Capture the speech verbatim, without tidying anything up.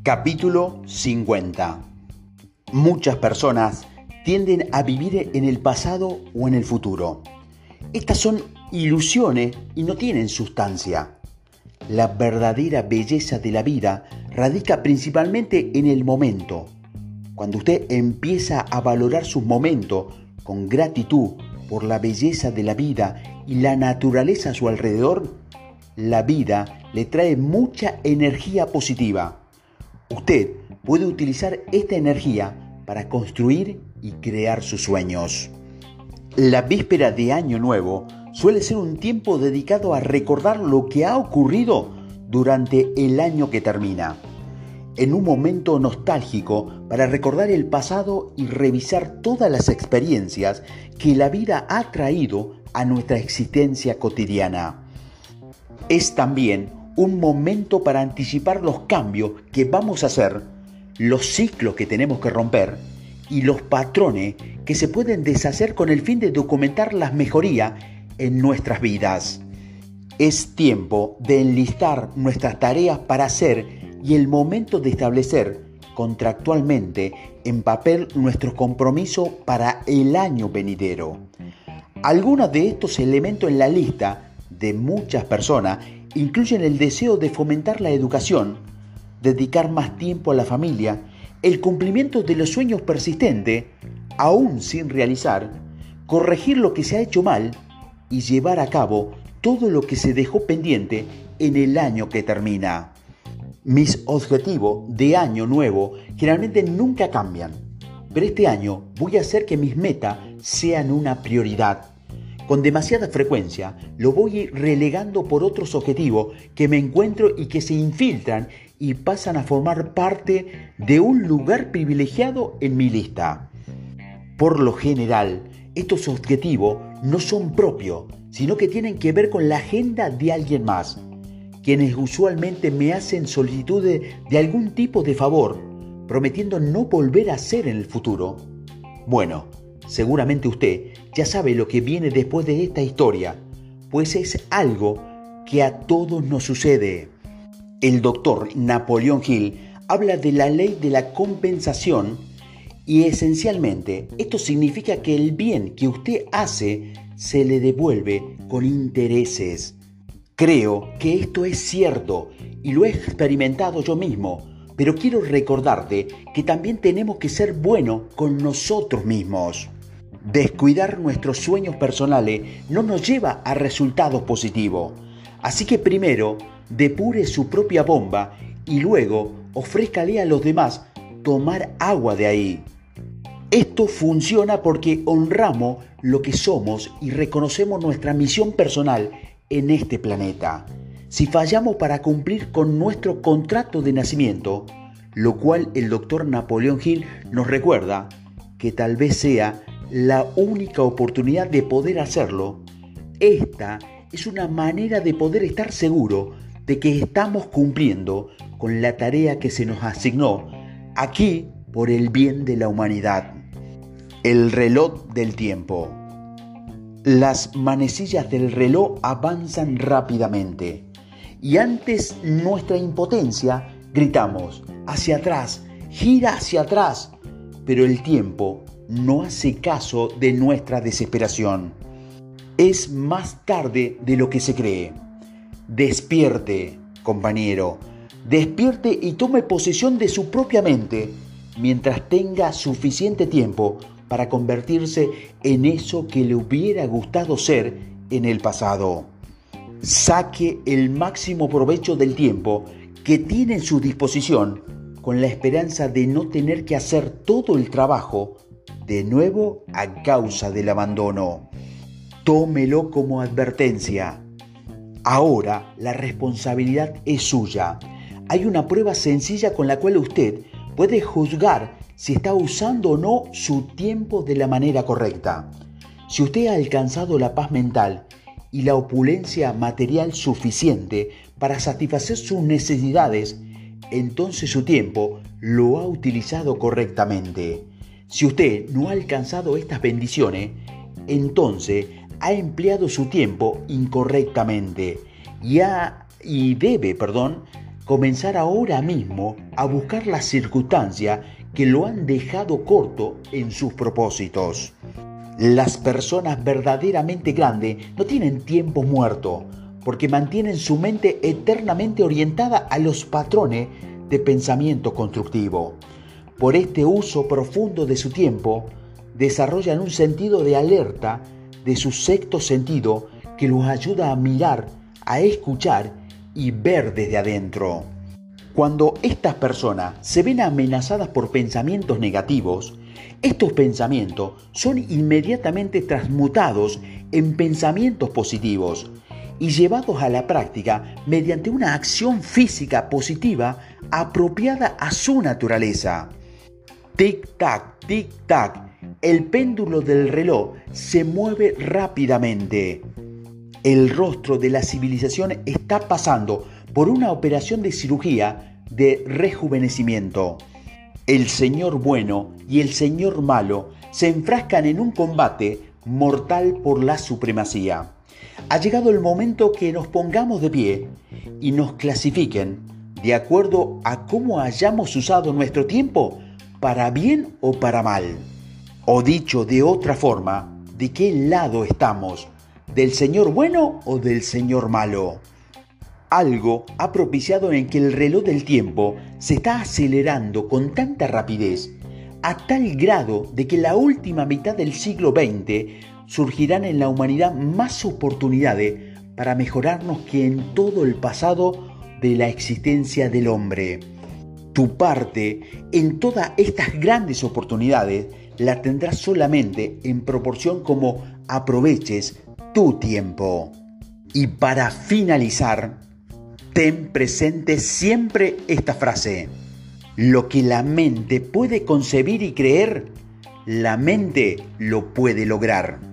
Capítulo cincuenta. Muchas personas tienden a vivir en el pasado o en el futuro. Estas son ilusiones y no tienen sustancia. La verdadera belleza de la vida radica principalmente en el momento. Cuando usted empieza a valorar sus momentos con gratitud por la belleza de la vida y la naturaleza a su alrededor, la vida le trae mucha energía positiva. Usted puede utilizar esta energía para construir y crear sus sueños. La víspera de Año Nuevo suele ser un tiempo dedicado a recordar lo que ha ocurrido durante el año que termina. En un momento nostálgico para recordar el pasado y revisar todas las experiencias que la vida ha traído a nuestra existencia cotidiana. Es también un momento para anticipar los cambios que vamos a hacer, los ciclos que tenemos que romper y los patrones que se pueden deshacer con el fin de documentar las mejorías en nuestras vidas. Es tiempo de enlistar nuestras tareas para hacer y el momento de establecer contractualmente en papel nuestro compromiso para el año venidero. Algunos de estos elementos en la lista de muchas personas incluyen el deseo de fomentar la educación, dedicar más tiempo a la familia, el cumplimiento de los sueños persistentes, aún sin realizar, corregir lo que se ha hecho mal y llevar a cabo todo lo que se dejó pendiente en el año que termina. Mis objetivos de año nuevo generalmente nunca cambian, pero este año voy a hacer que mis metas sean una prioridad. Con demasiada frecuencia lo voy relegando por otros objetivos que me encuentro y que se infiltran y pasan a formar parte de un lugar privilegiado en mi lista. Por lo general, estos objetivos no son propios, sino que tienen que ver con la agenda de alguien más, quienes usualmente me hacen solicitudes de algún tipo de favor, prometiendo no volver a hacer en el futuro. Bueno, seguramente usted ya sabe lo que viene después de esta historia, pues es algo que a todos nos sucede. El doctor Napoleon Hill habla de la ley de la compensación y esencialmente esto significa que el bien que usted hace se le devuelve con intereses. Creo que esto es cierto y lo he experimentado yo mismo, pero quiero recordarte que también tenemos que ser buenos con nosotros mismos. Descuidar nuestros sueños personales no nos lleva a resultados positivos. Así que primero, depure su propia bomba y luego ofrézcale a los demás tomar agua de ahí. Esto funciona porque honramos lo que somos y reconocemos nuestra misión personal en este planeta. Si fallamos para cumplir con nuestro contrato de nacimiento, lo cual el doctor Napoleon Hill nos recuerda que tal vez sea la única oportunidad de poder hacerlo, esta es una manera de poder estar seguro de que estamos cumpliendo con la tarea que se nos asignó aquí por el bien de la humanidad. El reloj del tiempo. Las manecillas del reloj avanzan rápidamente y antes nuestra impotencia gritamos hacia atrás, gira hacia atrás, pero el tiempo no hace caso de nuestra desesperación. Es más tarde de lo que se cree. Despierte, compañero, despierte y tome posesión de su propia mente mientras tenga suficiente tiempo para convertirse en eso que le hubiera gustado ser en el pasado. Saque el máximo provecho del tiempo que tiene en su disposición con la esperanza de no tener que hacer todo el trabajo de nuevo a causa del abandono. Tómelo como advertencia. Ahora la responsabilidad es suya. Hay una prueba sencilla con la cual usted puede juzgar si está usando o no su tiempo de la manera correcta. Si usted ha alcanzado la paz mental y la opulencia material suficiente para satisfacer sus necesidades, entonces su tiempo lo ha utilizado correctamente. Si usted no ha alcanzado estas bendiciones, entonces ha empleado su tiempo incorrectamente y, ha, y debe, perdón, comenzar ahora mismo a buscar las circunstancias que lo han dejado corto en sus propósitos. Las personas verdaderamente grandes no tienen tiempo muerto, porque mantienen su mente eternamente orientada a los patrones de pensamiento constructivo. Por este uso profundo de su tiempo, desarrollan un sentido de alerta de su sexto sentido que los ayuda a mirar, a escuchar y ver desde adentro. Cuando estas personas se ven amenazadas por pensamientos negativos, estos pensamientos son inmediatamente transmutados en pensamientos positivos y llevados a la práctica mediante una acción física positiva apropiada a su naturaleza. Tic-tac, tic-tac, el péndulo del reloj se mueve rápidamente. El rostro de la civilización está pasando por una operación de cirugía de rejuvenecimiento. El señor bueno y el señor malo se enfrascan en un combate mortal por la supremacía. Ha llegado el momento que nos pongamos de pie y nos clasifiquen de acuerdo a cómo hayamos usado nuestro tiempo, para bien o para mal. O dicho de otra forma, ¿de qué lado estamos? ¿Del señor bueno o del señor malo? Algo ha propiciado en que el reloj del tiempo se está acelerando con tanta rapidez, a tal grado de que en la última mitad del siglo veinte surgirán en la humanidad más oportunidades para mejorarnos que en todo el pasado de la existencia del hombre. Tu parte en todas estas grandes oportunidades la tendrás solamente en proporción como aproveches tu tiempo. Y para finalizar, ten presente siempre esta frase: lo que la mente puede concebir y creer, la mente lo puede lograr.